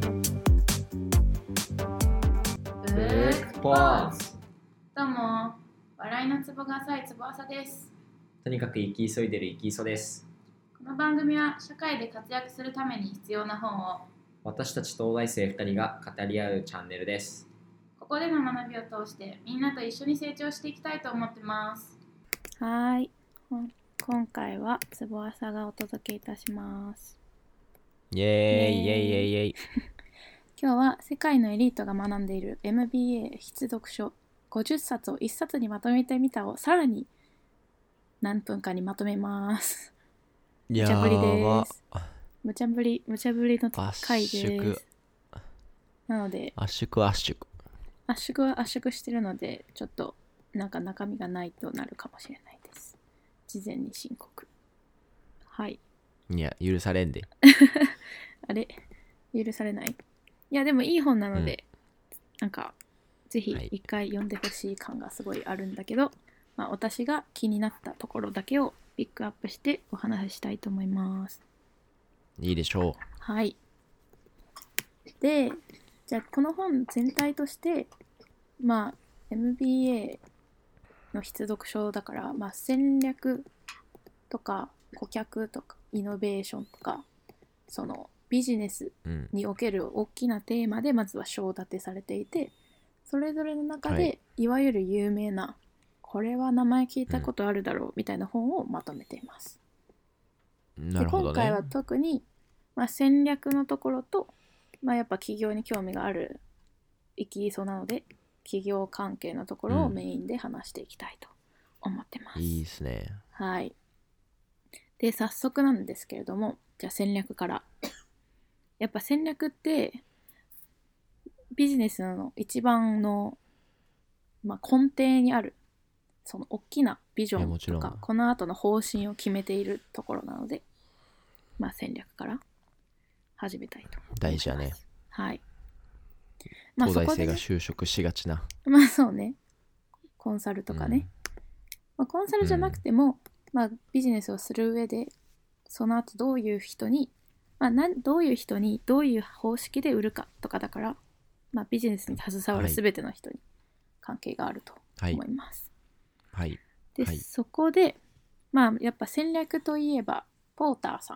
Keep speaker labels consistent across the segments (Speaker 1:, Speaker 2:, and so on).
Speaker 1: ブックポーズ。
Speaker 2: どうも、笑いのツボが浅いツボ浅です。
Speaker 1: とにかく生き急いでる生き磯です。
Speaker 2: この番組は社会で活躍するために必要な本を
Speaker 1: 私たち東大生2人が語り合うチャンネルです。
Speaker 2: ここでの学びを通してみんなと一緒に成長していきたいと思ってます。はい、今回はツボ浅がお届けいたします。
Speaker 3: イエーイイエイイエイイエイ。
Speaker 2: 今日は世界のエリートが学んでいる MBA 必読書50冊を1冊にまとめてみたをさらに何分かにまとめます。無茶ぶりです。無茶ぶりの回です。なので
Speaker 3: 圧縮は
Speaker 2: 圧縮してるのでちょっとなんか中身がないとなるかもしれないです。事前に申告。はい。
Speaker 3: いや許されんで。
Speaker 2: あれ許されない。いやでもいい本なので、なんかぜひ一回読んでほしい感がすごいあるんだけど、まあ、私が気になったところだけをピックアップしてお話ししたいと思います。
Speaker 3: いいでしょう。
Speaker 2: はい。で、じゃあこの本全体としてまあ MBA の必読書だから、まあ、戦略とか顧客とかイノベーションとかそのビジネスにおける大きなテーマでまずは章立てされていて、それぞれの中でいわゆる有名なこれは名前聞いたことあるだろうみたいな本をまとめています。
Speaker 3: なるほどね。
Speaker 2: で今回は特に、まあ、戦略のところと、まあ、やっぱ企業に興味がある生きそうなので企業関係のところをメインで話していきたいと思ってます。
Speaker 3: いいですね。
Speaker 2: はい。で早速なんですけれども、じゃあ戦略から。やっぱ戦略ってビジネスの一番の、まあ、根底にあるその大きなビジョンとかこの後の方針を決めているところなので、まあ、戦略から始めたいと思います。
Speaker 3: 大事やね。
Speaker 2: はい。まあ、
Speaker 3: 東大生が就職しがちな。
Speaker 2: まあそうね。コンサルとかね。まあ、コンサルじゃなくても、まあ、ビジネスをする上でその後どういう人に、まあ、どういう人にどういう方式で売るかとかだから、まあ、ビジネスに携わる全ての人に関係があると思います。
Speaker 3: はい。
Speaker 2: で、そこで、まあ、やっぱ戦略といえば、ポーターさん。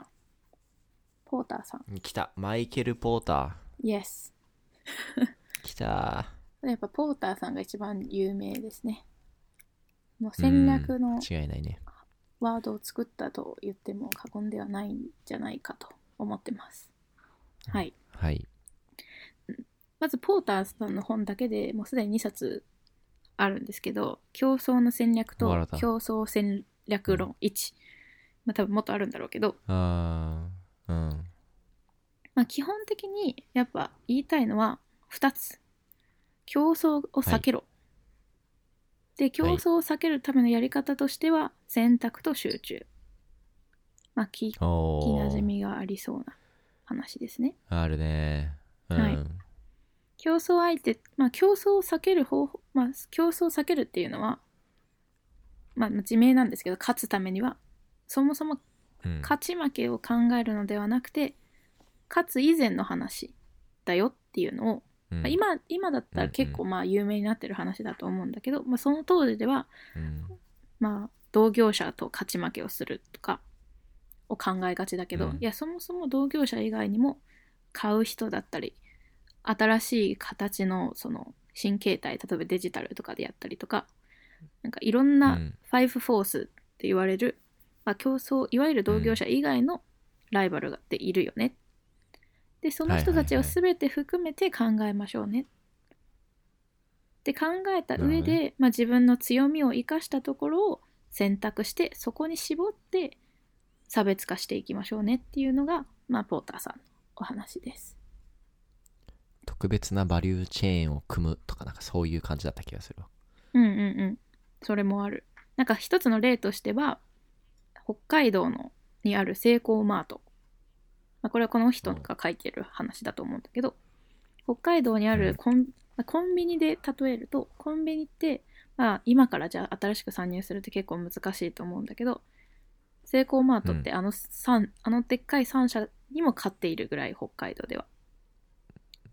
Speaker 3: 来た。マイケル・ポータ
Speaker 2: ー。Yes。
Speaker 3: 来た。
Speaker 2: やっぱポーターさんが一番有名ですね。もう戦略の
Speaker 3: 違いないね。
Speaker 2: ワードを作ったと言っても過言ではないんじゃないかと思ってます。はい。
Speaker 3: はい。
Speaker 2: まずポーターさんの本だけでもうすでに2冊あるんですけど、競争の戦略と競争戦略論1、まあ多分もっとあるんだろうけど、まあ基本的にやっぱ言いたいのは2つ。競争を避けろ。で、競争を避けるためのやり方としては選択と集中。まあ聞きなじみがありそうな話ですね。
Speaker 3: あるね。
Speaker 2: はい。競争相手、まあ競争を避ける方法、まあ競争を避けるっていうのは、まあ自明なんですけど、勝つためには、そもそも勝ち負けを考えるのではなくて、勝つ以前の話だよっていうのを、まあ、今だったら結構まあ有名になってる話だと思うんだけど、まあ、その当時では、まあ同業者と勝ち負けをするとかを考えがちだけど、いやそもそも同業者以外にも買う人だったり新しい形のその新形態、例えばデジタルとかでやったりとか、なんかいろんなファイブフォースって言われる、まあ、競争、いわゆる同業者以外のライバルがっているよね。でその人たちを全て含めて考えましょうね。で考えた上で、まあ、自分の強みを生かしたところを選択してそこに絞って差別化していきましょうねっていうのが、まあ、ポーターさんのお話です。
Speaker 3: 特別なバリューチェーンを組むとかなんかそういう感じだった気がするわ。
Speaker 2: それもある。なんか一つの例としては北海道にあるセイコーマート、まあ、これはこの人が書いてる話だと思うんだけど、北海道にあるコンビニで例えると、コンビニって、まあ、今からじゃあ新しく参入するって結構難しいと思うんだけど、セイコーマートってあのでっかい3社にも買っているぐらい北海道では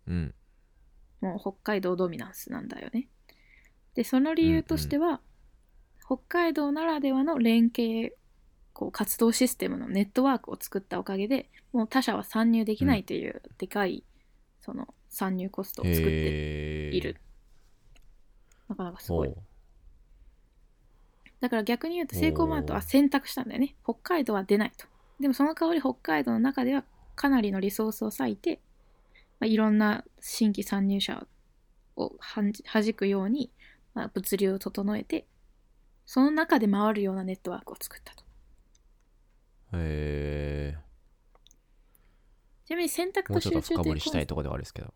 Speaker 3: うん
Speaker 2: もう北海道ドミナンスなんだよね。でその理由としては、北海道ならではの連携こう活動システムのネットワークを作ったおかげでもう他社は参入できないというでかいその参入コストを作っている。なかなかすごい。だから逆に言うとセイコーマートは選択したんだよね。北海道は出ないと。でもその代わり北海道の中ではかなりのリソースを割いて、いろんな新規参入者を弾くように、物流を整えてその中で回るようなネットワークを作ったと。
Speaker 3: へえ。
Speaker 2: ちなみに選択と集中という
Speaker 3: もうちょっと深掘りしたいところではあるんですけど。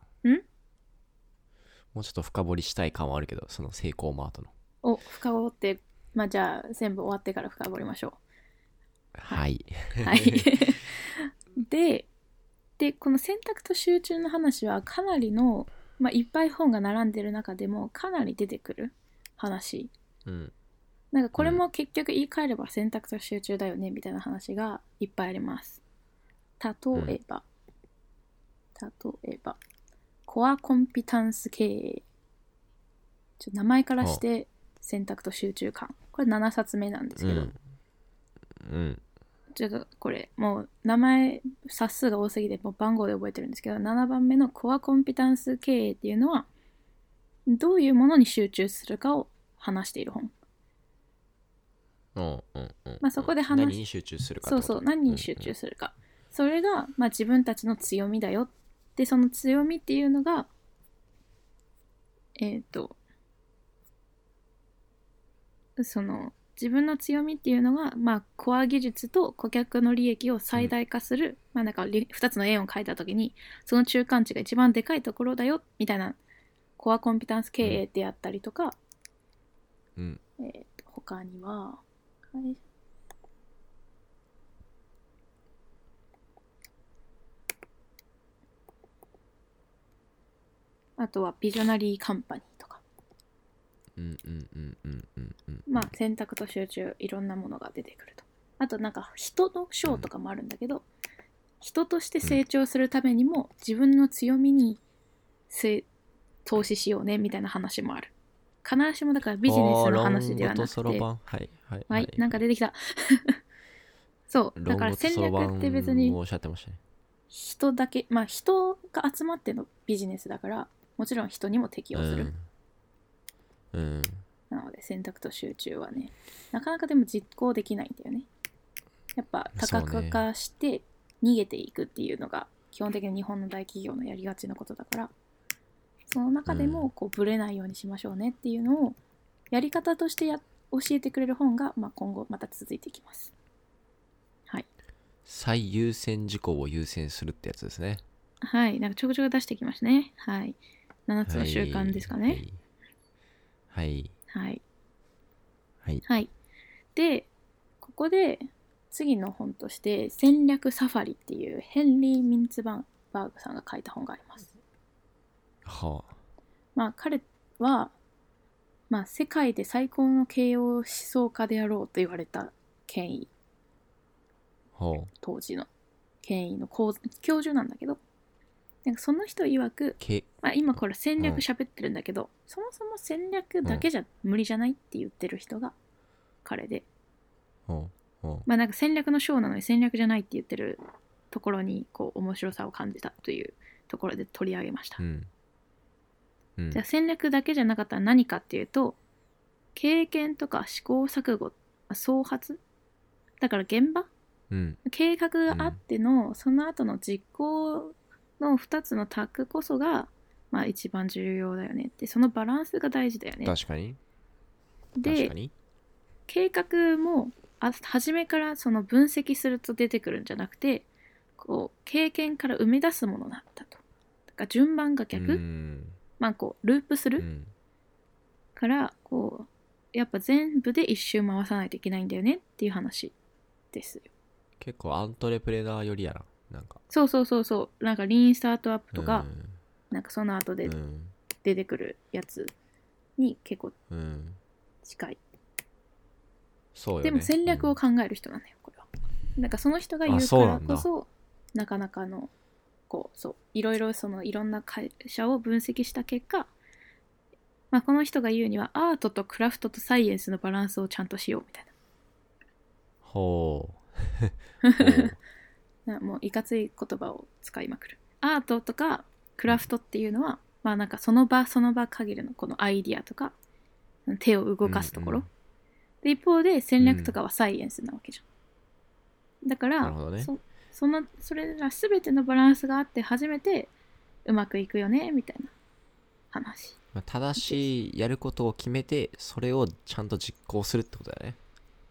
Speaker 3: もうちょっと深掘りしたい感はあるけど、そのセイコーマートの。
Speaker 2: 深掘って、じゃあ全部終わってから深掘りましょう。
Speaker 3: はい。
Speaker 2: はい。で、この選択と集中の話はかなりの、いっぱい本が並んでる中でもかなり出てくる話。なんかこれも結局言い換えれば選択と集中だよねみたいな話がいっぱいあります。例えば、コアコンピタンス経営。名前からして選択と集中感。これ7冊目なんですけど。ちょっとこれもう名前冊数が多すぎてもう番号で覚えてるんですけど、7番目のコアコンピタンス経営っていうのはどういうものに集中するかを話している本。そこで
Speaker 3: 何に集中するかってこと。
Speaker 2: 何に集中するか、それが、自分たちの強みだよ。でその強みっていうのがその自分の強みっていうのは、コア技術と顧客の利益を最大化する、なんか2つの円を書いたときにその中間値が一番でかいところだよみたいなコアコンピタンス経営であったりとか、他には、あとはビジョナリーカンパニーとか、選択と集中いろんなものが出てくると。あとなんか人の賞とかもあるんだけど、人として成長するためにも自分の強みに投資しようねみたいな話もある。必ずしもだからビジネスの話ではなくて、なんか出てきたそうだから戦略って別に人だけ、人が集まってのビジネスだからもちろん人にも適用する、なので選択と集中はねなかなかでも実行できないんだよね。やっぱ多角化して逃げていくっていうのが基本的に日本の大企業のやりがちなことだから、その中でもこうブレないようにしましょうねっていうのをやり方として教えてくれる本が、今後また続いていきます。はい。
Speaker 3: 最優先事項を優先するってやつですね。
Speaker 2: はい。なんかちょこちょこ出してきましたね。はい。7つの習慣ですかね。
Speaker 3: はい。
Speaker 2: で、ここで次の本として戦略サファリっていうヘンリー・ミンツバーグさんが書いた本があります。彼は、世界で最高の経営思想家であろうと言われた権威、当時の権威の教授なんだけど、なんかその人曰く、今これ戦略喋ってるんだけど、そもそも戦略だけじゃ無理じゃないって言ってる人が彼で、なんか戦略の章なのに戦略じゃないって言ってるところにこう面白さを感じたというところで取り上げました。じゃあ戦略だけじゃなかったら何かっていうと、経験とか試行錯誤、創発だから現場、計画があっての、その後の実行の2つのタッグこそが、一番重要だよねって、そのバランスが大事だよね。
Speaker 3: 確かに。
Speaker 2: で、計画も初めからその分析すると出てくるんじゃなくて、こう経験から生み出すものだったと。だから順番が逆、こうループする、からこうやっぱ全部で一周回さないといけないんだよねっていう話ですよ。
Speaker 3: 結構アントレプレナーよりやな。なんか
Speaker 2: そうなんかリーンスタートアップとか、なんかその後で出てくるやつに結構近い、
Speaker 3: そうよね。
Speaker 2: でも戦略を考える人なんだよこれは。なんかその人が言うからこそなかなかのこうそういろいろそのいろんな会社を分析した結果、まあ、この人が言うにはアートとクラフトとサイエンスのバランスをちゃんとしようみたい
Speaker 3: ほうほう
Speaker 2: な、もういかつい言葉を使いまくる。アートとかクラフトっていうのは、まあなんかその場その場限りのこのアイディアとか手を動かすところ、で一方で戦略とかはサイエンスなわけじゃん。だから、
Speaker 3: なるほどね。
Speaker 2: それら全てのバランスがあって初めてうまくいくよねみたいな話。
Speaker 3: まあ正しいやることを決めてそれをちゃんと実行するってことだよね。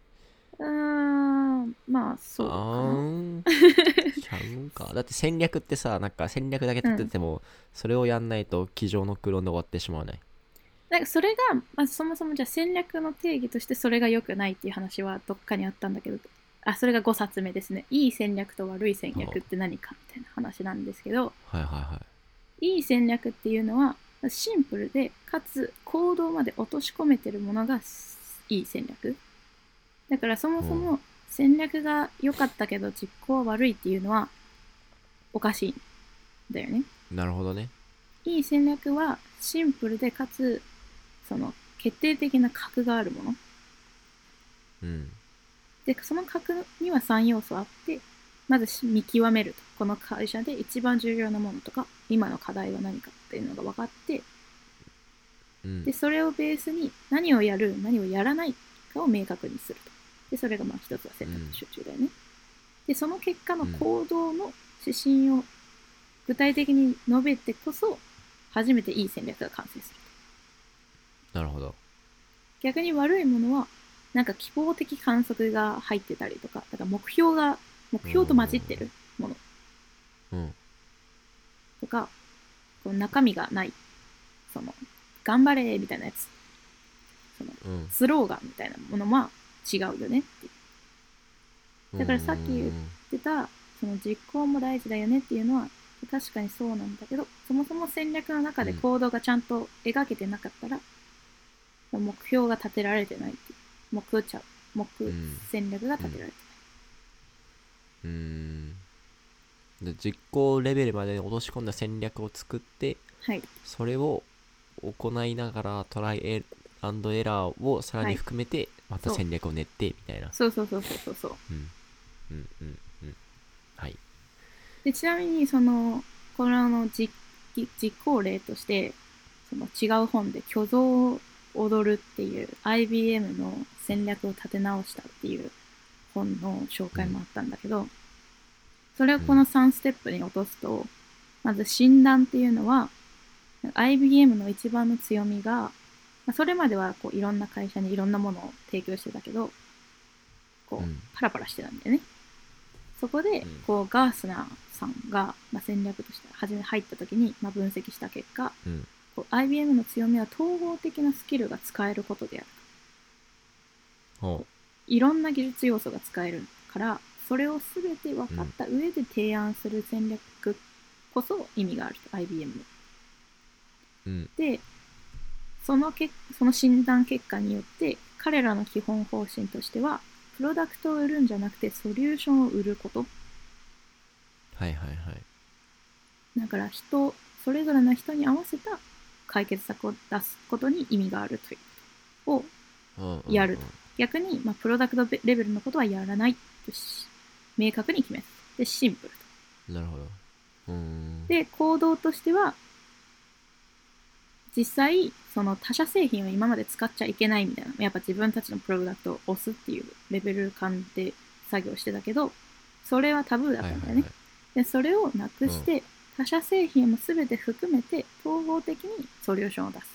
Speaker 2: まあそうかな。
Speaker 3: ちゃうんか。だって戦略ってさ、なんか戦略だけ立てても、それをやんないと机上の空論で終わってしまわない。
Speaker 2: なんかそれが、まあ、そもそもじゃあ戦略の定義としてそれが良くないっていう話はどっかにあったんだけど、それが5冊目ですね。いい戦略と悪い戦略って何かみたいな話なんですけど、
Speaker 3: はいはいはい。
Speaker 2: いい戦略っていうのはシンプルでかつ行動まで落とし込めてるものがいい戦略だから、そもそも戦略が良かったけど実行は悪いっていうのはおかしいんだよね。
Speaker 3: なるほどね。
Speaker 2: いい戦略はシンプルでかつその決定的な核があるもので、その核には3要素あって、まず見極めると、この会社で一番重要なものとか今の課題は何かっていうのが分かって、でそれをベースに何をやる何をやらないかを明確にすると。でそれがまあ一つは選択集中だよね。でその結果の行動の指針を具体的に述べてこそ初めていい戦略が完成する
Speaker 3: と。なるほど。
Speaker 2: 逆に悪いものはなんか希望的観測が入ってたりとか、だから目標と混じってるものとか、こう中身がない、その頑張れみたいなやつ、そのスローガンみたいなものは違うよねっていう。だからさっき言ってたその実行も大事だよねっていうのは確かにそうなんだけど、そもそも戦略の中で行動がちゃんと描けてなかったら、目標が立てられてないっていう。戦略が立てられて
Speaker 3: ない。で実行レベルまで落とし込んだ戦略を作って、
Speaker 2: はい、
Speaker 3: それを行いながらトライアンドエラーをさらに含めて、また戦略を練ってみたいな。
Speaker 2: そう
Speaker 3: はい。
Speaker 2: でちなみにこの実行例としてその違う本で虚像を踊るっていう IBM の戦略を立て直したっていう本の紹介もあったんだけど、それをこの3ステップに落とすと、まず診断っていうのは IBM の一番の強みが、それまではこういろんな会社にいろんなものを提供してたけど、こうパラパラしてたんだよね。そこでこうガースナーさんが、戦略として初め入った時に、分析した結果、IBM の強みは統合的なスキルが使えることである。いろんな技術要素が使えるから、それを全て分かった上で提案する戦略こそ意味があると、IBM の。で、その診断結果によって彼らの基本方針としては、プロダクトを売るんじゃなくてソリューションを売ること。だからそれぞれの人に合わせた解決策を出すことに意味があるということをやると。逆に、プロダクトレベルのことはやらないと明確に決める。で、シンプルと。
Speaker 3: なるほど。
Speaker 2: で、行動としては、実際、その他社製品を今まで使っちゃいけないみたいな、やっぱ自分たちのプロダクトを押すっていうレベル感で作業してたけど、それはタブーだったんだよね。で、それをなくして、他社製品も全て含めて統合的にソリューションを出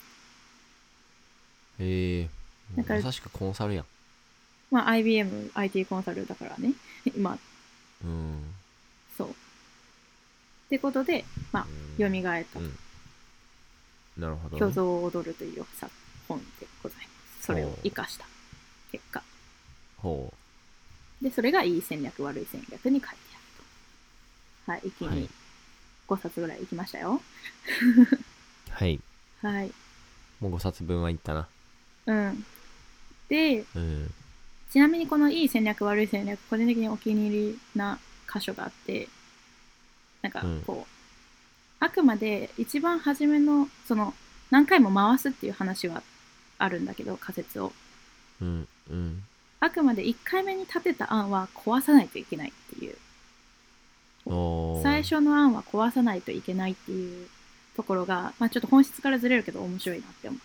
Speaker 2: す。
Speaker 3: だからまさしくコンサルやん。
Speaker 2: IBM IT コンサルだからね。今。そう。ってことで、蘇った。
Speaker 3: なるほど、ね。
Speaker 2: 虚像を踊るという本でございます。それを生かした結果。で、それがいい戦略、悪い戦略に書いてあると。はい、一気に5冊ぐらいいきましたよ。
Speaker 3: はい。
Speaker 2: はい。
Speaker 3: もう5冊分はいったな。
Speaker 2: で、ちなみにこのいい戦略、悪い戦略、個人的にお気に入りな箇所があって、なんかこう、 あくまで一番初めのその何回も回すっていう話はあるんだけど、仮説を
Speaker 3: うんうん
Speaker 2: あくまで1回目に立てた案は壊さないといけないっていう、
Speaker 3: おー
Speaker 2: 最初の案は壊さないといけないっていうところが、まあ、ちょっと本質からずれるけど面白いなって思って、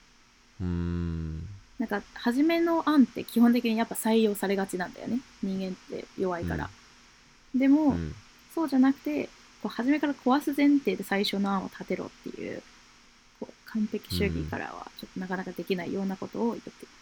Speaker 2: なんか初めの案って基本的にやっぱ採用されがちなんだよね、人間って弱いから、でも、
Speaker 3: うん
Speaker 2: そうじゃなくてこう初めから壊す前提で最初の案を立てろっていう、こう完璧主義からはちょっとなかなかできないようなことを言っています。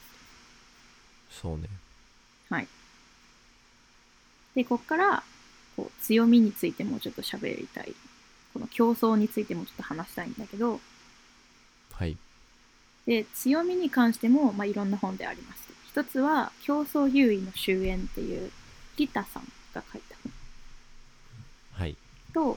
Speaker 3: そうね。
Speaker 2: はい。で、こっからこう強みについてもちょっと喋りたい。この競争についてもちょっと話したいんだけど、
Speaker 3: はい。
Speaker 2: で、強みに関しても、まあ、いろんな本であります。一つは、競争優位の終焉っていう、ギタさんが書いた本
Speaker 3: はい。
Speaker 2: と、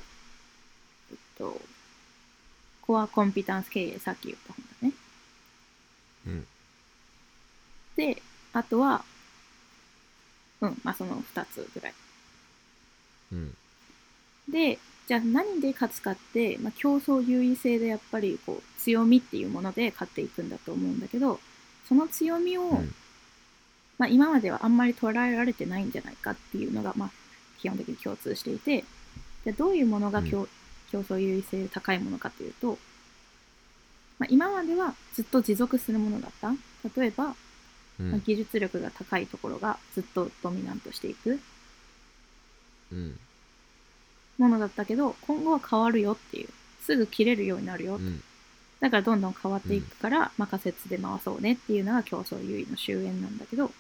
Speaker 2: コアコンピタンス経営、さっき言った本だね。
Speaker 3: うん
Speaker 2: で、あとは、まあその2つぐらい。
Speaker 3: うん
Speaker 2: で、じゃあ何で勝つかって、まあ、競争優位性でやっぱりこう強みっていうもので勝っていくんだと思うんだけど、その強みを、まあ、今まではあんまり捉えられてないんじゃないかっていうのが、まあ、基本的に共通していて、でどういうものが競争優位性高いものかというと、まあ、今まではずっと持続するものだった。例えば、まあ、技術力が高いところがずっとドミナントしていくものだったけど、今後は変わるよっていう、すぐ切れるようになるよ、だからどんどん変わっていくから、まあ、仮説で回そうねっていうのが競争優位の終焉なんだけど、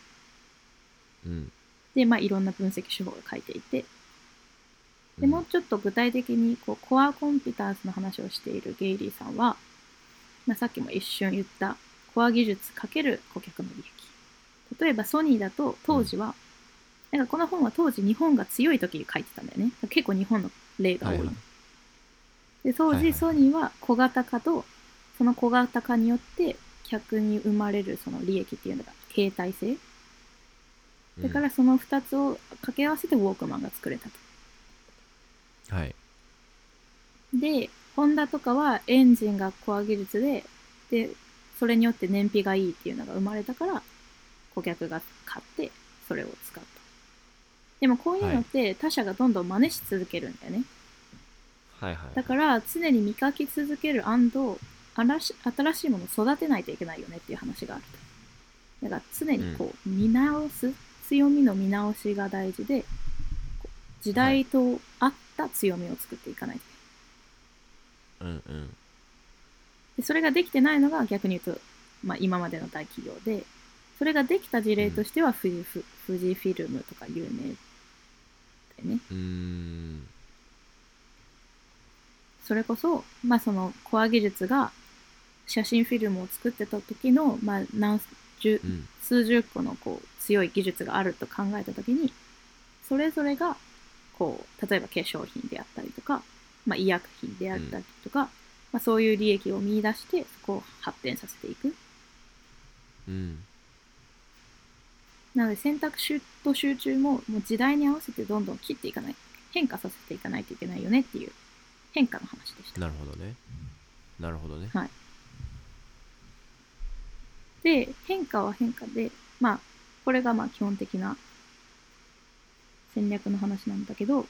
Speaker 2: で、まあ、いろんな分析手法が書いていて、でもうちょっと具体的にこうコアコンピタンスの話をしているゲイリーさんは、まあ、さっきも一瞬言ったコア技術×顧客の利益。例えばソニーだと当時は、なんかこの本は当時日本が強い時に書いてたんだよね。結構日本の例が多い。はいはい、で当時ソニーは小型化とその小型化によって客に生まれるその利益っていうのが携帯性。だからその2つを掛け合わせてウォークマンが作れたと。
Speaker 3: はい。
Speaker 2: で、ホンダとかはエンジンがコア技術で、それによって燃費がいいっていうのが生まれたから顧客が買ってそれを使うと。でもこういうのって他社がどんどん真似し続けるんだよね。
Speaker 3: はいはい。
Speaker 2: だから常に磨き続ける新しいものを育てないといけないよねっていう話があると。だから常にこう見直す、強みの見直しが大事で、時代と合った強みを作っていかないといけない。でそれができてないのが逆に言うと、まあ、今までの大企業で、それができた事例としては富士フィルムとか有名だよね。それこそ、まあ、そのコア技術が写真フィルムを作ってた時の、まあ、数十個のこう強い技術があると考えた時に、それぞれがこう例えば化粧品であったりとか、まあ、医薬品であったりとか、まあ、そういう利益を見出してそこを発展させていく。なので選択肢と集中も時代に合わせてどんどん切っていかない、変化させていかないといけないよねっていう変化の話でした。
Speaker 3: なるほどね。なるほどね。
Speaker 2: はい。で、変化は変化で、まあ、これがまあ基本的な戦略の話なんだけど、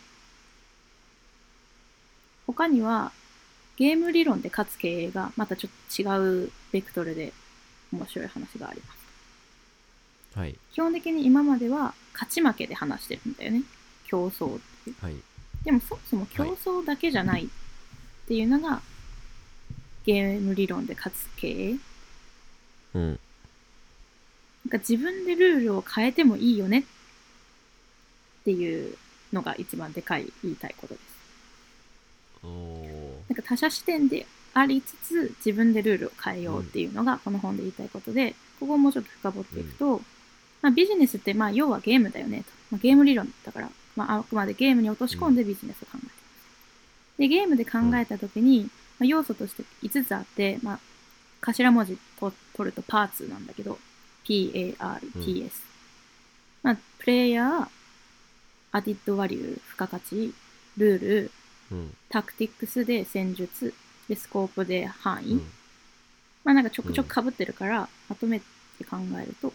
Speaker 2: 他にはゲーム理論で勝つ経営がまたちょっと違うベクトルで面白い話があります。
Speaker 3: はい、
Speaker 2: 基本的に今までは勝ち負けで話してるんだよね。競争っていう。でもそもそも競争だけじゃないっていうのが、ゲーム理論で勝つ経営。なんか自分でルールを変えてもいいよねっていうのが一番でかい言いたいことです。なんか他者視点でありつつ自分でルールを変えようっていうのがこの本で言いたいことで、ここをもうちょっと深掘っていくと、まあ、ビジネスってまあ要はゲームだよねと、まあ、ゲーム理論だから、まあ、あくまでゲームに落とし込んでビジネスを考えています。でゲームで考えたときに、まあ、要素として5つあって、まあ、頭文字取るとパーツなんだけど PARTS、まあ、プレイヤー、アディッドバリュー、付加価値、ルール、
Speaker 3: うん
Speaker 2: タクティックスで戦術でスコープで範囲、
Speaker 3: うん
Speaker 2: まあなんかちょくちょく被ってるからまとめて考えると、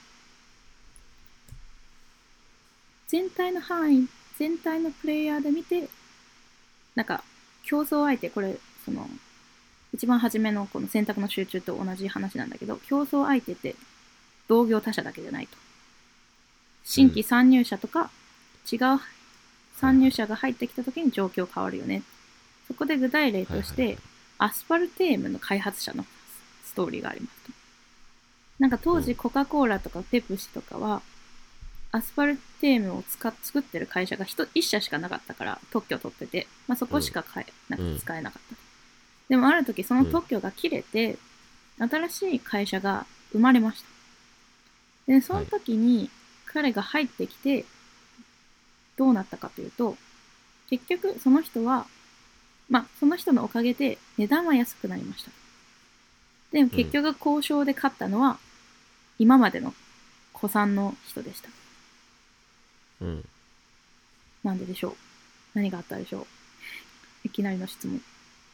Speaker 2: 全体の範囲、全体のプレイヤーで見て、なんか競争相手、これその一番初めのこの選択の集中と同じ話なんだけど、競争相手って同業他社だけじゃないと。新規参入者とか違う参入者が入ってきた時に状況変わるよね。そこで具体例として、アスパルテームの開発者のストーリーがありますと。なんか当時コカ・コーラとかペプシとかは、アスパルテームを作ってる会社が一社しかなかったから特許取ってて、まあ、そこしかなんか使えなかった。でもある時その特許が切れて、新しい会社が生まれました。で、その時に彼が入ってきて、どうなったかというと、結局その人は、まあその人のおかげで値段は安くなりました。でも結局交渉で勝ったのは、今までの古参の人でした。
Speaker 3: うん。
Speaker 2: なんででしょう。何があったでしょう。いきなりの質問。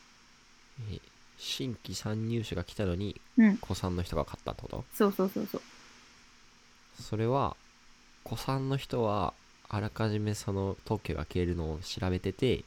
Speaker 3: 新規参入者が来たのに、古参の人が勝ったってこと？
Speaker 2: そうそうそうそう。
Speaker 3: それは古参の人はあらかじめその特許が切れるのを調べてて、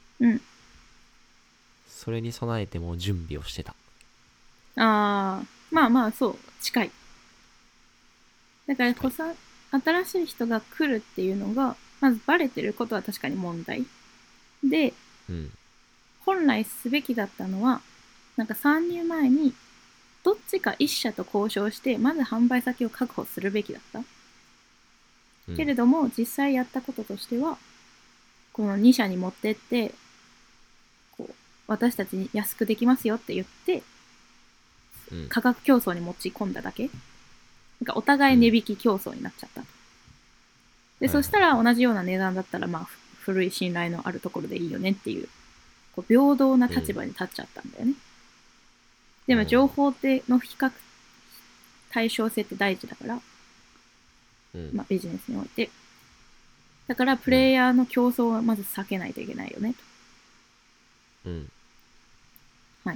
Speaker 3: それに備えても準備をしてた。
Speaker 2: ああ、まあまあそう近い。だから新しい人が来るっていうのがまずバレてることは確かに問題で、本来すべきだったのはなんか参入前にどっちか一社と交渉してまず販売先を確保するべきだった。けれども実際やったこととしてはこの2社に持ってってこう私たちに安くできますよって言って、価格競争に持ち込んだだけ。なんかお互い値引き競争になっちゃった。で、そしたら同じような値段だったらまあ古い信頼のあるところでいいよねっていう、こう平等な立場に立っちゃったんだよね。でも情報の比較対称性って大事だから、まあビジネスにおいて。だからプレイヤーの競争はまず避けないといけないよねと。はい。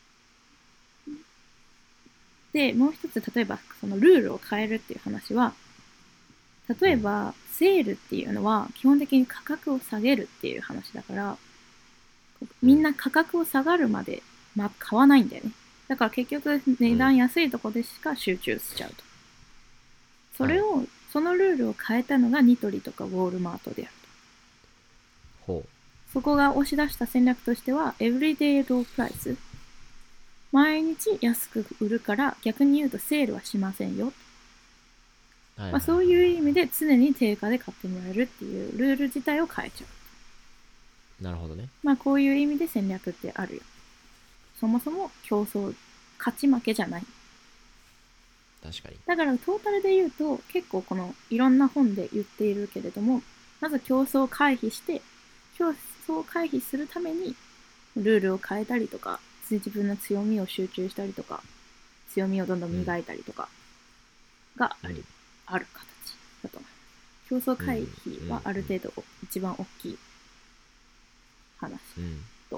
Speaker 2: で、もう一つ例えばそのルールを変えるっていう話は、例えばセールっていうのは基本的に価格を下げるっていう話だから、みんな価格を下がるまで、買わないんだよね。だから結局値段安いとこでしか集中しちゃうと。そのルールを変えたのがニトリとかウォールマートであると。そこが押し出した戦略としては、エブリデイロープライス。毎日安く売るから逆に言うとセールはしませんよ。そういう意味で常に定価で買ってもらえるっていうルール自体を変えちゃ
Speaker 3: う。なるほどね。
Speaker 2: こういう意味で戦略ってあるよ。そもそも競争、勝ち負けじゃない。
Speaker 3: 確かに。
Speaker 2: だからトータルで言うと結構このいろんな本で言っているけれども、まず競争を回避して、競争を回避するためにルールを変えたりとか、自分の強みを集中したりとか、強みをどんどん磨いたりとかがある形だと思います。競争回避はある程度一番大きい話と、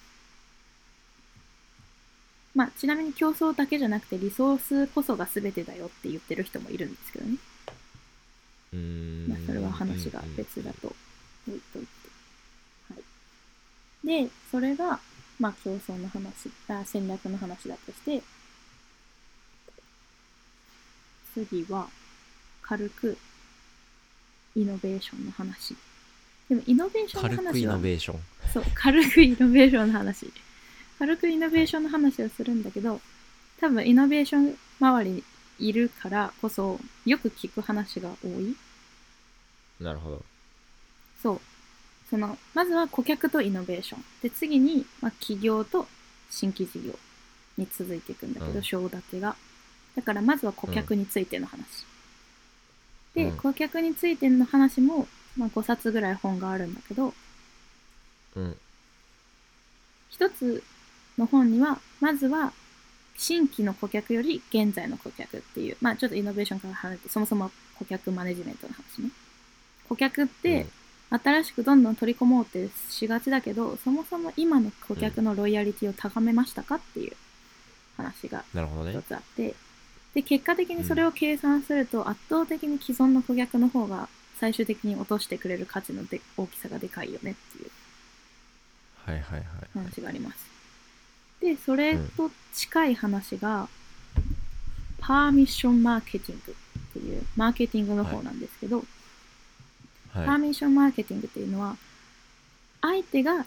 Speaker 2: ちなみに競争だけじゃなくてリソースこそが全てだよって言ってる人もいるんですけどね。それは話が別だと置いといて、はい。で、それが競争の話、戦略の話だとして、次は軽くイノベーションの話。でもイノベーションの話は
Speaker 3: 軽くイノベーション。
Speaker 2: そう、軽くイノベーションの話。軽くイノベーションの話をするんだけど、多分イノベーション周りにいるからこそよく聞く話が多い。
Speaker 3: なるほど。
Speaker 2: そう。まずは顧客とイノベーション。で、次に、企業と新規事業に続いていくんだけど、章立てが。だからまずは顧客についての話。で、顧客についての話も、5冊ぐらい本があるんだけど、一つの本には、まずは新規の顧客より現在の顧客っていう、ちょっとイノベーションから離れて、そもそも顧客マネジメントの話ね。顧客って新しくどんどん取り込もうってしがちだけど、そもそも今の顧客のロイヤリティを高めましたかっていう話が
Speaker 3: なるほどね。
Speaker 2: 一つあって、で結果的にそれを計算すると圧倒的に既存の顧客の方が最終的に落としてくれる価値の大きさがでかいよねっていう
Speaker 3: はいはいはい。
Speaker 2: 話があります。でそれと近い話が、パーミッションマーケティングっていうマーケティングの方なんですけど、パー
Speaker 3: はい。
Speaker 2: ミッションマーケティングっていうのは、相手が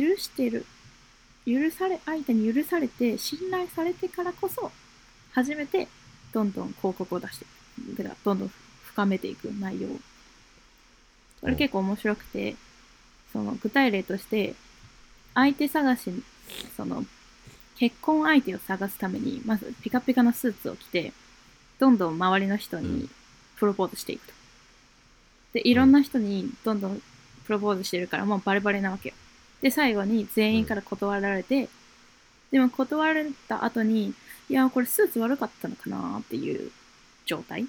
Speaker 2: 相手に許されて信頼されてからこそ初めてどんどん広告を出していく、どんどん深めていく内容。これ結構面白くて、その具体例として相手探し、その結婚相手を探すためにまずピカピカなスーツを着てどんどん周りの人にプロポーズしていくと。でいろんな人にどんどんプロポーズしてるからもうバレバレなわけよ。で最後に全員から断られて、でも断られた後に、いやこれスーツ悪かったのかなっていう状態。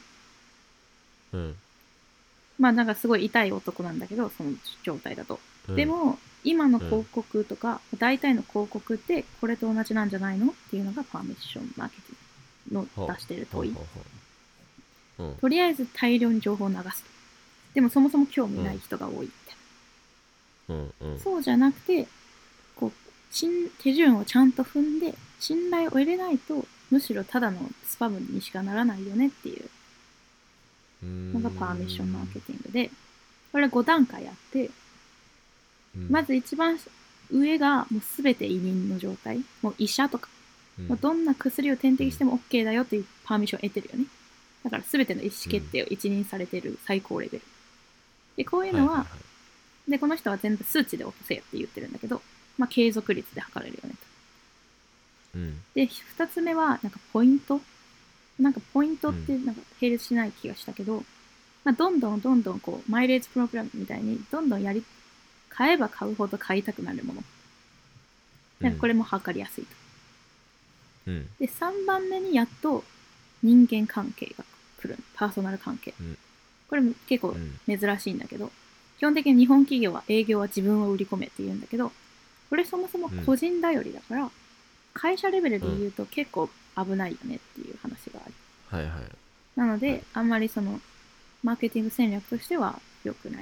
Speaker 2: まあなんかすごい痛い男なんだけど、その状態だと。でも今の広告とか、大体の広告ってこれと同じなんじゃないのっていうのがパーミッションマーケティングの出してる問い。とりあえず大量に情報を流す。でもそもそも興味ない人が多いみたいな。そうじゃなくて、こう手順をちゃんと踏んで信頼を得れないと、むしろただのスパムにしかならないよねっていうのがパーミッションマーケティングで、これ5段階あって、まず一番上がもう全て委任の状態。もう医者とか、もうどんな薬を点滴しても OK だよっていうパーミッションを得てるよね。だから全ての意思決定を一任されている最高レベル。で、こういうのは、で、この人は全部数値で落とせよって言ってるんだけど、まあ、継続率で測れるよねと。で、2つ目は、なんかポイント。なんかポイントってなんか並列しない気がしたけど、まあ、どんどんこう、マイレージプログラムみたいに、どんどん買えば買うほど買いたくなるもの。なんかこれも測りやすいと。で、3番目にやっと人間関係が来る。パーソナル関係。これも結構珍しいんだけど、基本的に日本企業は営業は自分を売り込めって言うんだけど、これそもそも個人頼りだから、会社レベルで言うと結構危ないよねっていう話がある。なので、あんまりそのマーケティング戦略としては良くない。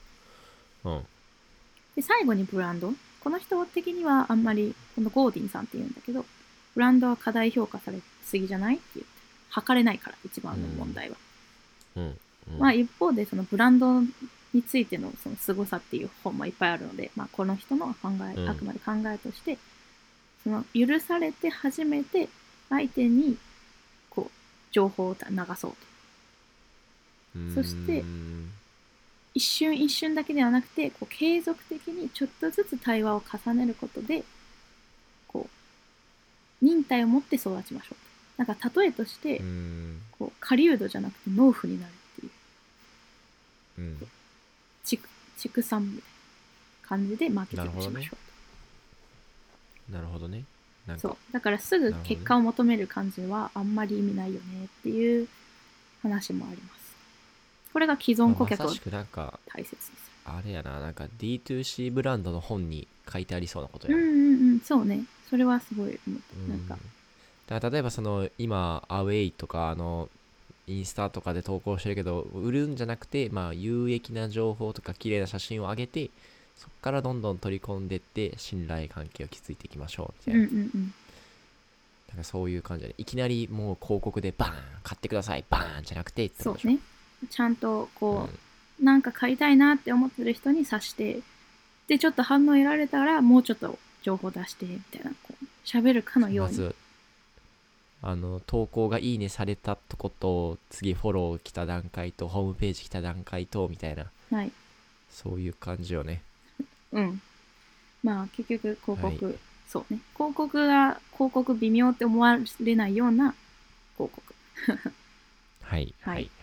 Speaker 2: で、最後にブランド。この人的にはあんまり、このゴーディンさんって言うんだけど、ブランドは過大評価されすぎじゃないって言って、測れないから、一番の問題は。まあ一方で、そのブランドについてのその凄さっていう本もいっぱいあるので、まあこの人の考え、あくまで考えとして、その許されて初めて相手にこう情報を流そうと。そして一瞬一瞬だけではなくて、こう継続的にちょっとずつ対話を重ねることで、こう忍耐を持って育ちましょうと。なんか例えとして、こう狩人じゃなくて農夫になるっていう、畜産みたいな感じでマーケティングしましょうと。
Speaker 3: なるほどね。
Speaker 2: そうだからすぐ結果を求める感じはあんまり意味ないよねっていう話もあります。これが既存顧客を大切にする。
Speaker 3: あれやな、なんか D2C ブランドの本に書いてありそうなことや
Speaker 2: そうね。それはすごい思った。なんか
Speaker 3: だから例えばその今アウェイとかインスタとかで投稿してるけど、売るんじゃなくて、まあ有益な情報とか綺麗な写真を上げて、そこからどんどん取り込んでって信頼関係を築いていきましょうみたいな。なんかそういう感じで、いきなりもう広告でバーン買ってくださいバーンじゃなくて、
Speaker 2: そうね。ちゃんとこう、なんか買いたいなって思ってる人に指して、でちょっと反応得られたらもうちょっと情報出してみたいな、こう喋るかのように。
Speaker 3: まず投稿がいいねされたとこと次フォロー来た段階とホームページ来た段階とみたいな、そういう感じよね。
Speaker 2: まあ結局広告、そうね、広告微妙って思われないような広告
Speaker 3: はい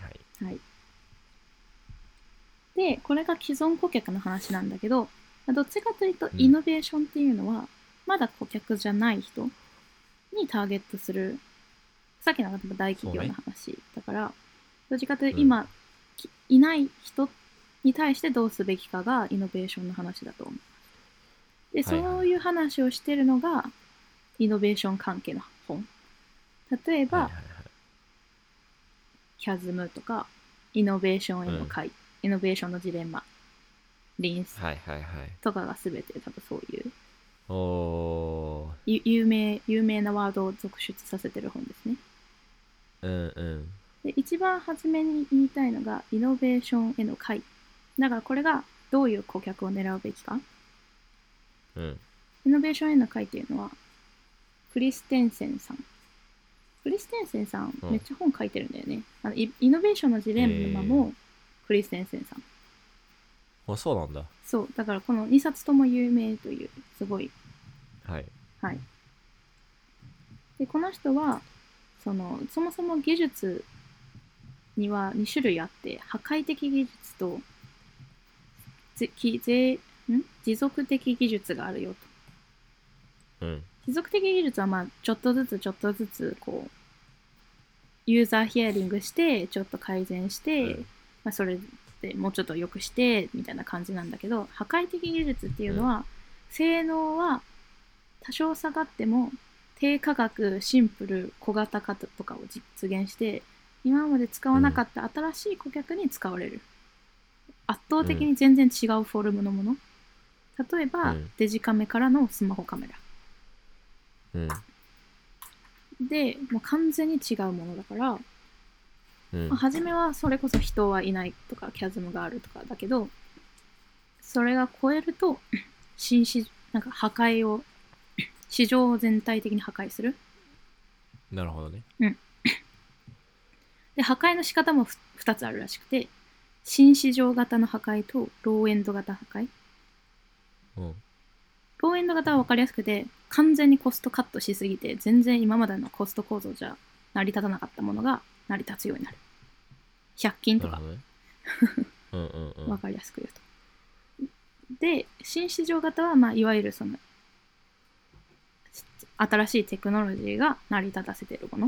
Speaker 2: で、これが既存顧客の話なんだけど、どっちかというとイノベーションっていうのは、まだ顧客じゃない人にターゲットする。さっきの大企業の話だから、どっちかというと今、いない人に対してどうすべきかがイノベーションの話だと思う。で、
Speaker 3: はいはい
Speaker 2: そういう話をしてるのがイノベーション関係の本。例えば、
Speaker 3: はいはいはい。
Speaker 2: キャズムとか、イノベーションへの会、イノベーションのジレンマ、リンス
Speaker 3: はいはいはい。
Speaker 2: とかがすべて多分そういう
Speaker 3: おー。
Speaker 2: 有名なワードを続出させてる本ですね。
Speaker 3: うんうん。
Speaker 2: で、一番初めに言いたいのがイノベーションへの会。だからこれがどういう顧客を狙うべきか。
Speaker 3: うん。
Speaker 2: イノベーションへの会っていうのは、クリステンセンさん。クリステンセンさん、
Speaker 3: うん
Speaker 2: めっちゃ本書いてるんだよね。イノベーションのジレンマもクリステンセンさん。
Speaker 3: あ、そうなんだ。
Speaker 2: そう、だからこの2冊とも有名という、すごい。
Speaker 3: はい。
Speaker 2: はい。で、この人は、そもそも技術には2種類あって、破壊的技術と持続的技術があるよと。
Speaker 3: うん。
Speaker 2: 持続的技術はまあちょっとずつこうユーザーヒアリングしてちょっと改善して、まあ、それでもうちょっと良くしてみたいな感じなんだけど、破壊的技術っていうのは、性能は多少下がっても低価格シンプル小型化とかを実現して今まで使わなかった新しい顧客に使われる、圧倒的に全然違うフォルムのもの。例えば、デジカメからのスマホカメラ。で、もう完全に違うものだから、まあ、初めはそれこそ人はいないとか、キャズムがあるとかだけど、それが超えると、なんか破壊を、市場を全体的に破壊する。
Speaker 3: なるほどね。
Speaker 2: で、破壊の仕方も2つあるらしくて、新市場型の破壊とローエンド型破壊。ローエンド型は分かりやすくて、完全にコストカットしすぎて、全然今までのコスト構造じゃ成り立たなかったものが成り立つようになる。100均とか。分かりやすく言うと。で、新市場型は、まあ、いわゆるその、新しいテクノロジーが成り立たせているもの。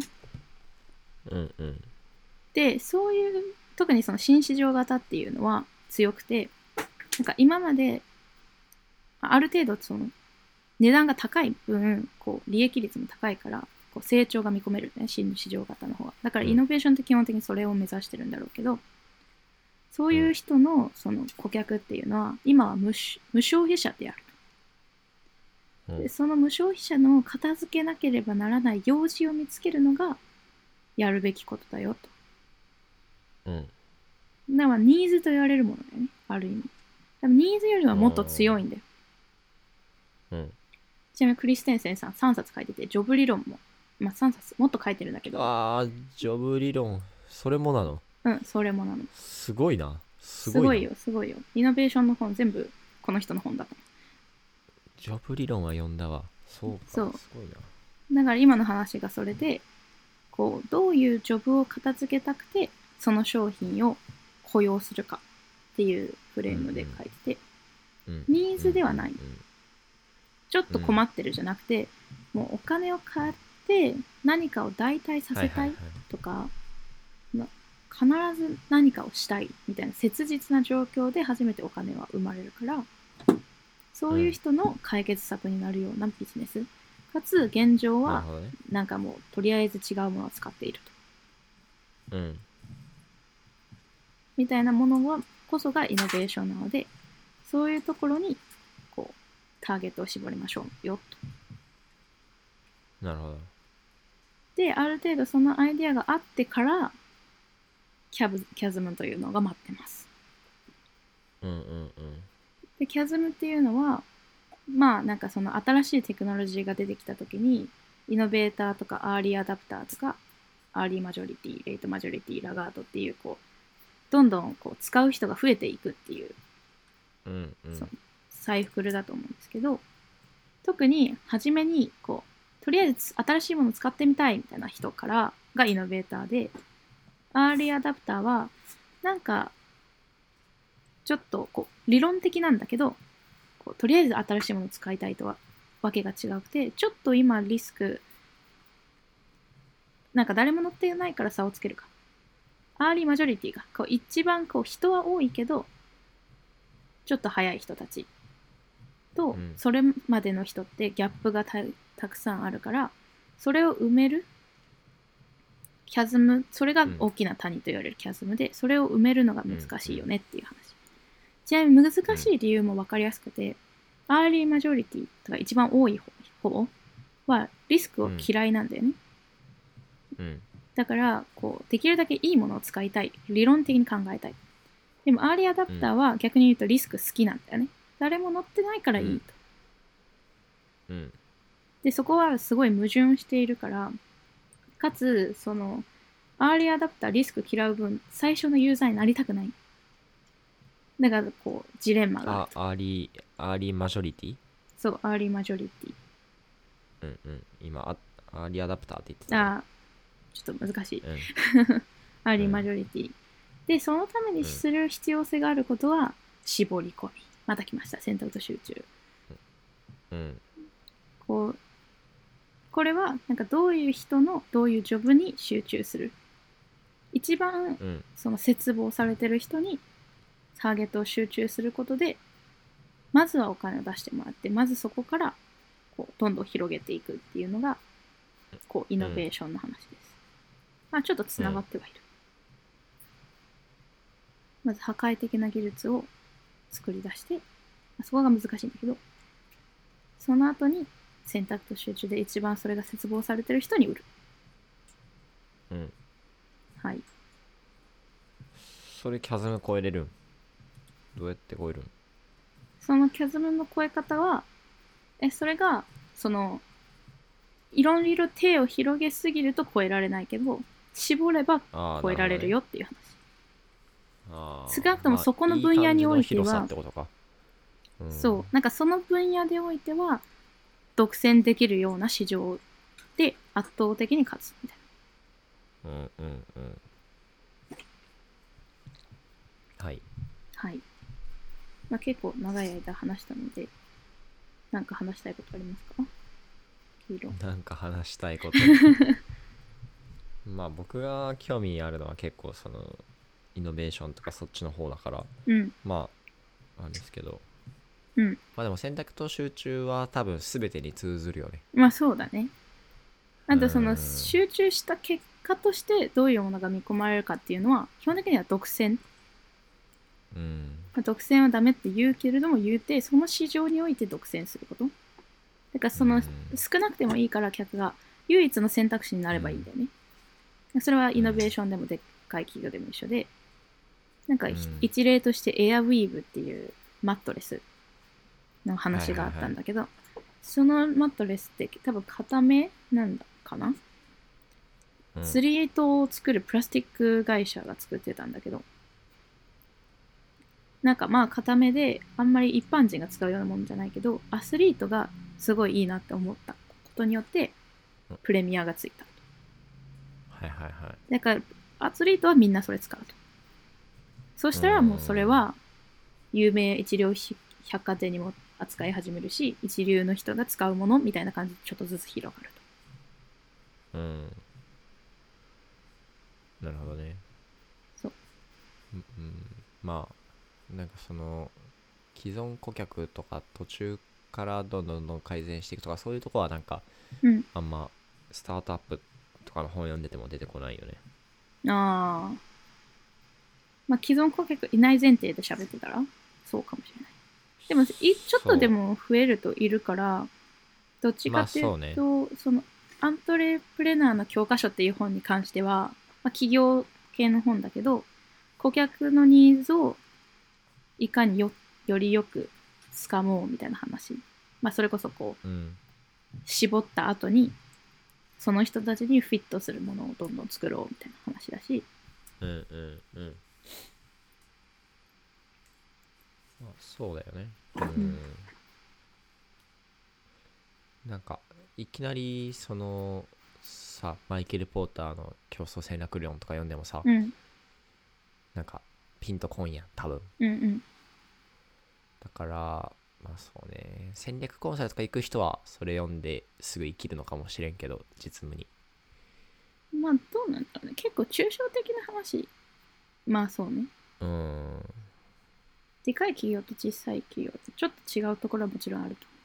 Speaker 2: で、そういう、特にその新市場型っていうのは強くて、なんか今まで、ある程度その値段が高い分、こう利益率も高いから、こう成長が見込めるね、新市場型の方が。だからイノベーションって基本的にそれを目指してるんだろうけど、そういう人のその顧客っていうのは、今は無消費者であると。で、その無消費者の片付けなければならない用事を見つけるのがやるべきことだよと。だからニーズと言われるものだよね、ある意味。多分ニーズよりはもっと強いんだよ。ちなみにクリステンセンさん3冊書いてて、ジョブ理論も、まあ3冊もっと書いてるんだけど。
Speaker 3: ジョブ理論、それもなの？
Speaker 2: それもなの。
Speaker 3: すごいな。
Speaker 2: すごいよ。イノベーションの本全部この人の本だった。
Speaker 3: ジョブ理論は読んだわ。そうか。すごい
Speaker 2: な。だから今の話がそれで、こう、どういうジョブを片付けたくて、その商品を雇用するかっていうフレームで書いてて、ニーズではない。ちょっと困ってるじゃなくて、もうお金を買って何かを代替させたいとか、必ず何かをしたいみたいな切実な状況で初めてお金は生まれるから、そういう人の解決策になるようなビジネス。かつ現状はなんかもうとりあえず違うものを使っていると。みたいなものはこそがイノベーションなので、そういうところにこうターゲットを絞りましょうよ
Speaker 3: と。なるほど。で、
Speaker 2: ある程度そのアイデアがあってからキャズムというのが待ってます。で、キャズムっていうのは、まあなんかその新しいテクノロジーが出てきたときに、イノベーターとかアーリーアダプターとか、アーリーマジョリティ、レイトマジョリティ、ラガードっていう、こう、どんどんこう使う人が増えていくっていう、サイクルだと思うんですけど、特に初めにこう、とりあえず新しいものを使ってみたいみたいな人からがイノベーターで、アーリーアダプターは、なんか、ちょっとこう理論的なんだけど、こうとりあえず新しいものを使いたいとはわけが違くて、ちょっと今リスク、なんか誰も乗ってないから差をつけるか。アーリーマジョリティがこう一番こう人は多いけど、 ちょっと早い人たちと、
Speaker 3: うん
Speaker 2: それまでの人ってギャップがたくさんあるから、それを埋めるキャズム、それが大きな谷と言われるキャズムで、それを埋めるのが難しいよねっていう話。ちなみに難しい理由も分かりやすくて、アーリーマジョリティとか一番多い方はリスクを嫌いなんだよね。
Speaker 3: うん
Speaker 2: だからこうできるだけいいものを使いたい、理論的に考えたい。でもアーリーアダプターは逆に言うとリスク好きなんだよね。誰も乗ってないからいいと。
Speaker 3: うん
Speaker 2: でそこはすごい矛盾しているから、かつそのアーリーアダプターリスク嫌う分最初のユーザーになりたくない。だからこうジレンマがあると。
Speaker 3: アーリーマジョリティ。
Speaker 2: そうアーリーマジョリティ。
Speaker 3: 今アーリーアダプターって言ってた、
Speaker 2: ちょっと難しい。
Speaker 3: うん
Speaker 2: アーリーマジョリティ。でそのためにする必要性があることは絞り込み。また来ました、選択と集中。
Speaker 3: うん
Speaker 2: これはなんかどういう人のどういうジョブに集中する。一番その切望されてる人にターゲットを集中することで、まずはお金を出してもらって、まずそこからこうどんどん広げていくっていうのがこうイノベーションの話です。まあちょっとつながってはいる。まず破壊的な技術を作り出して、そこが難しいんだけど、その後に選択と集中で一番それが切望されてる人に売る。はい。
Speaker 3: それキャズム超えれるん？どうやって超えるん？
Speaker 2: そのキャズムの超え方は、それがそのいろいろ手を広げすぎると超えられないけど、絞れば超えられるよっていう話。少なくともそこの分野においては、そう、なんかその分野でおいては独占できるような市場で圧倒的に勝つみたい
Speaker 3: な。はい
Speaker 2: はい。まあ、結構長い間話したので、なんか話したいことありますか？黄色。
Speaker 3: なんか話したいことまあ僕が興味あるのは結構そのイノベーションとかそっちの方だから、まあなんですけど、まあでも選択と集中は多分全てに通ずるよね。
Speaker 2: まあそうだね。あとその集中した結果としてどういうものが見込まれるかっていうのは基本的には独占。独占はダメって言うけれども、言うてその市場において独占すること。だからその少なくてもいいから客が唯一の選択肢になればいいんだよね。それはイノベーションでもでっかい企業でも一緒で、なんか一例としてエアウィーヴっていうマットレスの話があったんだけど、そのマットレスって多分固めなんだかな、釣り糸を作るプラスチック会社が作ってたんだけど、なんかまあ固めであんまり一般人が使うようなものじゃないけど、アスリートがすごいいいなって思ったことによってプレミアがついた。だからアスリートはみんなそれ使うと。そしたらもうそれは有名一流百貨店にも扱い始めるし、一流の人が使うものみたいな感じでちょっとずつ広がると。
Speaker 3: なるほどね。
Speaker 2: そう。
Speaker 3: まあなんかその既存顧客とか途中からどんどん改善していくとか、そういうとこはなんか、あんまスタートアップとかの本読んでても出てこないよね。ま
Speaker 2: あ既存顧客いない前提で喋ってたらそうかもしれない。でもちょっとでも増えるといるから、どっちかっていうと、そのアントレプレナーの教科書っていう本に関しては、企業系の本だけど、顧客のニーズをいかによりよく掴もうみたいな話。それこそこう、絞った後にその人たちにフィットするものをどんどん作ろうみたいな話だし。
Speaker 3: そうだよね。なんかいきなりそのさ、マイケル・ポーターの競争戦略論とか読んでもさ、なんかピンとこんやん多分。だからまあそうね、戦略コンサルとか行く人はそれ読んですぐ生きるのかもしれんけど、実務に
Speaker 2: どうなんだろうね。結構抽象的な話。そうね。 でかい企業と小さい企業ってちょっと違うところはもちろんあると。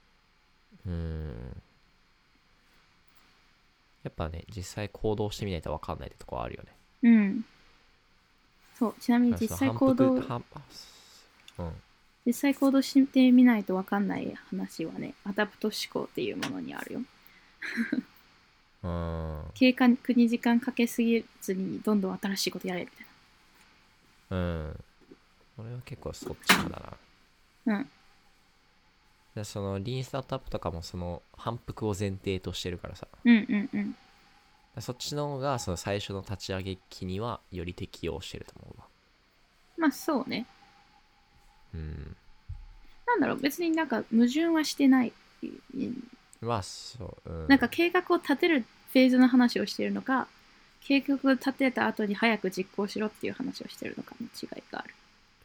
Speaker 3: やっぱね、実際行動してみないと分かんないってとこはあるよね。
Speaker 2: うん。そう、ちなみに実際行動、実際行動してみないと分かんない話はね、アダプト思考っていうものにあるよ。計画に時間かけすぎずにどんどん新しいことやれみたい
Speaker 3: な。俺は結構そっち派だな。でそのリーンスタートアップとかもその反復を前提としてるからさ。そっちの方がその最初の立ち上げ期にはより適応してると思うわ。
Speaker 2: まあそうね。なんだろう、別になんか矛盾はしてない。
Speaker 3: まあそう。
Speaker 2: なんか計画を立てるフェーズの話をしているのか、計画を立てた後に早く実行しろっていう話をしているのかの違いがある。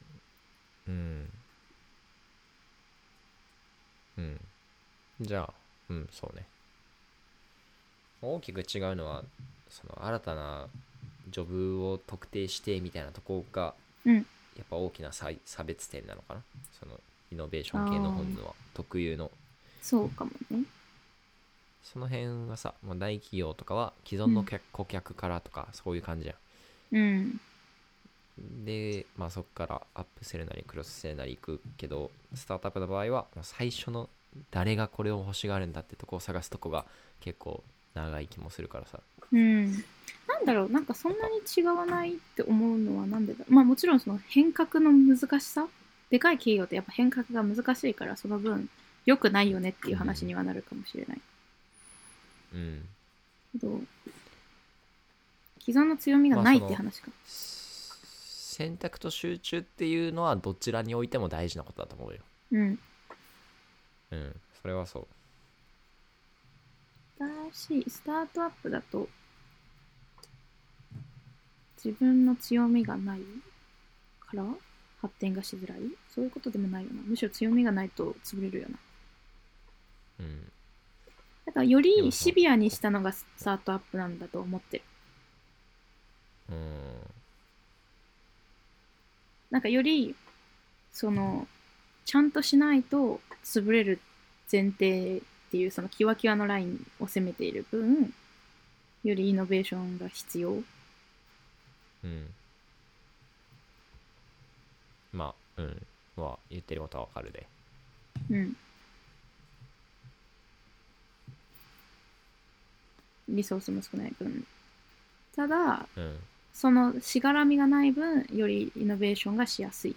Speaker 3: じゃあ、そうね。大きく違うのは、その新たなジョブを特定してみたいなところが、やっぱ大きな差別点なのかな。そのイノベーション系の本のは特有の。
Speaker 2: そうかもね。
Speaker 3: その辺はさ、大企業とかは既存の顧客からとかそういう感じや
Speaker 2: ん。
Speaker 3: で、そこからアップセルなりクロスセルなり行くけど、スタートアップの場合は最初の誰がこれを欲しがるんだってとこを探すとこが結構長い気もするからさ。
Speaker 2: なんだろう、なんかそんなに違わないって思うのはなんでだ。まあもちろんその変革の難しさ、でかい企業ってやっぱ変革が難しいからその分良くないよねっていう話にはなるかもしれない。けど既存の強みがないって話か。
Speaker 3: 選択と集中っていうのはどちらにおいても大事なことだと思うよ。それはそう。
Speaker 2: 新しいスタートアップだと自分の強みがないから発展がしづらい、そういうことでもないよな。むしろ強みがないと潰れるよな。だからよりシビアにしたのがスタートアップなんだと思ってる。なんかよりそのちゃんとしないと潰れる前提っていうそのキワキワのラインを攻めている分、よりイノベーションが必要。
Speaker 3: は言ってることはわかるで。
Speaker 2: リソースも少ない分。ただ、そのしがらみがない分、よりイノベーションがしやすい。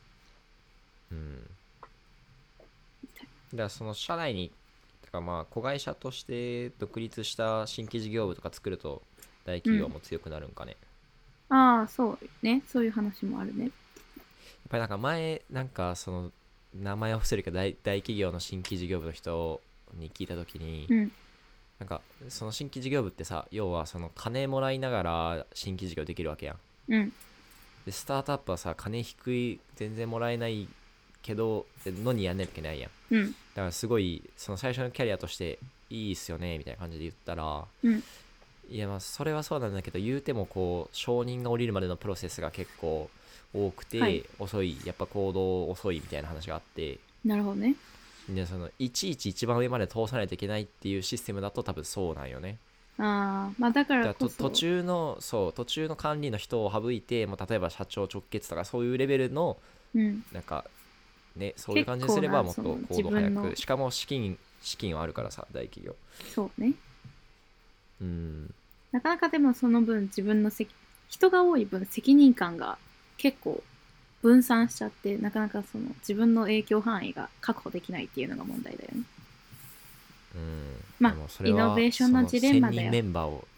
Speaker 3: だからその社内に子会社として独立した新規事業部とか作ると大企業も強くなるんかね。
Speaker 2: そうね。そういう話もあるね。
Speaker 3: やっぱりなんか前その名前を伏せるけど大企業の新規事業部の人に聞いた時に、なんかその新規事業部ってさ、要はその金もらいながら新規事業できるわけやん。でスタートアップはさ、金低い全然もらえないけどのにやんないといけないやん。だからすごいその最初のキャリアとしていいっすよねみたいな感じで言ったら、いやそれはそうなんだけど、言うてもこう承認が下りるまでのプロセスが結構多くて、遅い、やっぱ行動遅いみたいな話があって。
Speaker 2: なるほどね。
Speaker 3: でそのいちいち一番上まで通さないといけないっていうシステムだと多分そうなんよね。
Speaker 2: だからこそ
Speaker 3: 途中の管理の人を省いて、例えば社長直結とかそういうレベルの、なんかね、そういう感じにすればもっと行動早く、しかも資金はあるからさ、大企業。
Speaker 2: そうね。なかなかでもその分自分の人が多い分責任感が結構分散しちゃって、なかなかその自分の影響範囲が確保できないっていうのが問題だよね。イノベーションのジレンマだよ。
Speaker 3: 専任メンバーを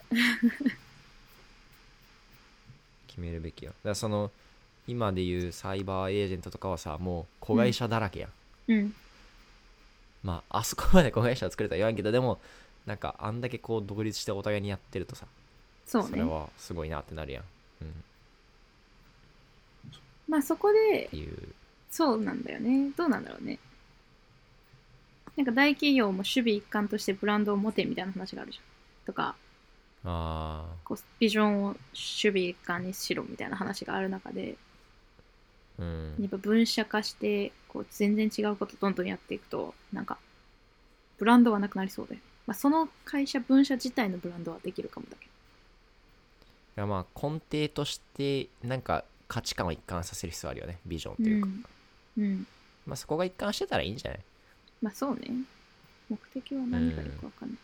Speaker 3: 決めるべきよ。だからその今でいうサイバーエージェントとかはさ、もう子会社だらけやん。あそこまで子会社を作れたら言わんけど、でもなんかあんだけこう独立してお互いにやってるとさ、それはすごいなってなるやん。
Speaker 2: そこで
Speaker 3: っていう
Speaker 2: そうなんだよね。どうなんだろうね。なんか大企業も守備一環としてブランドを持てみたいな話があるじゃん。とか、こうビジョンを守備一環にしろみたいな話がある中で、
Speaker 3: うん
Speaker 2: やっぱ分社化してこう全然違うことどんどんやっていくとなんかブランドはなくなりそうで、まあ、その会社分社自体のブランドはできるかもだけど。
Speaker 3: いやまあ根底としてなんか価値観を一貫させる必要あるよね、ビジョンと
Speaker 2: う
Speaker 3: いうか、
Speaker 2: ん、うん、
Speaker 3: まあそこが一貫してたらいいんじゃない？
Speaker 2: まあそうね。目的は何がよくわかんない。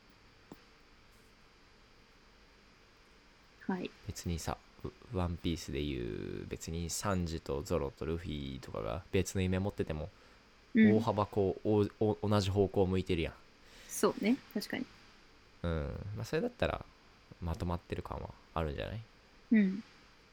Speaker 2: はい。
Speaker 3: 別にさ、ワンピースでいう別にサンジとゾロとルフィとかが別の夢持ってても、
Speaker 2: うん、
Speaker 3: 大幅こう同じ方向を向いてるやん。
Speaker 2: そうね。確かに。
Speaker 3: まあそれだったらまとまってる感はあるんじゃない？
Speaker 2: うん。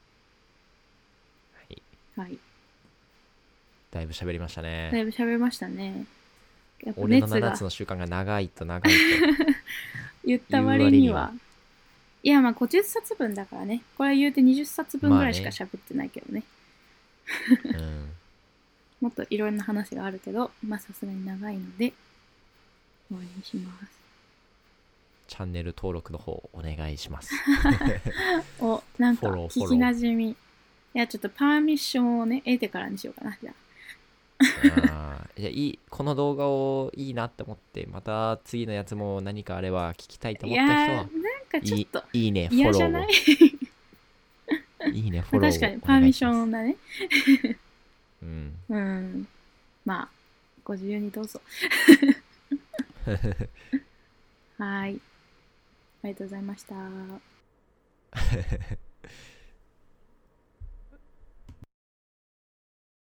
Speaker 3: はい、
Speaker 2: はい。
Speaker 3: だいぶ喋りました
Speaker 2: だ
Speaker 3: ね。
Speaker 2: いぶ喋りましたね。やっぱ
Speaker 3: 俺の
Speaker 2: 熱が
Speaker 3: 7つの習慣が長いと長いと
Speaker 2: 言った割には。いや、まあ50冊分だからね。これは言うて20冊分ぐらいしか喋ってないけどね。もっといろんな話があるけど、まあさすがに長いので、終わりにします。
Speaker 3: チャンネル登録の方お願いします。
Speaker 2: お、なんか
Speaker 3: フォロー
Speaker 2: 聞きなじみ。いや、ちょっとパーミッションをね、得てからにしようかな、じゃあ。
Speaker 3: いや、この動画をいいなって思って、また次のやつも何かあれば聞きたいと思った人は、
Speaker 2: いやー、なんかちょっと
Speaker 3: いいね、フォロ
Speaker 2: 嫌じゃない？
Speaker 3: ーを。いいね、フォローを。
Speaker 2: 確かに、パーミッションだね。
Speaker 3: うん。
Speaker 2: うん。まあ、ご自由にどうぞ。はい。ありがとうございました。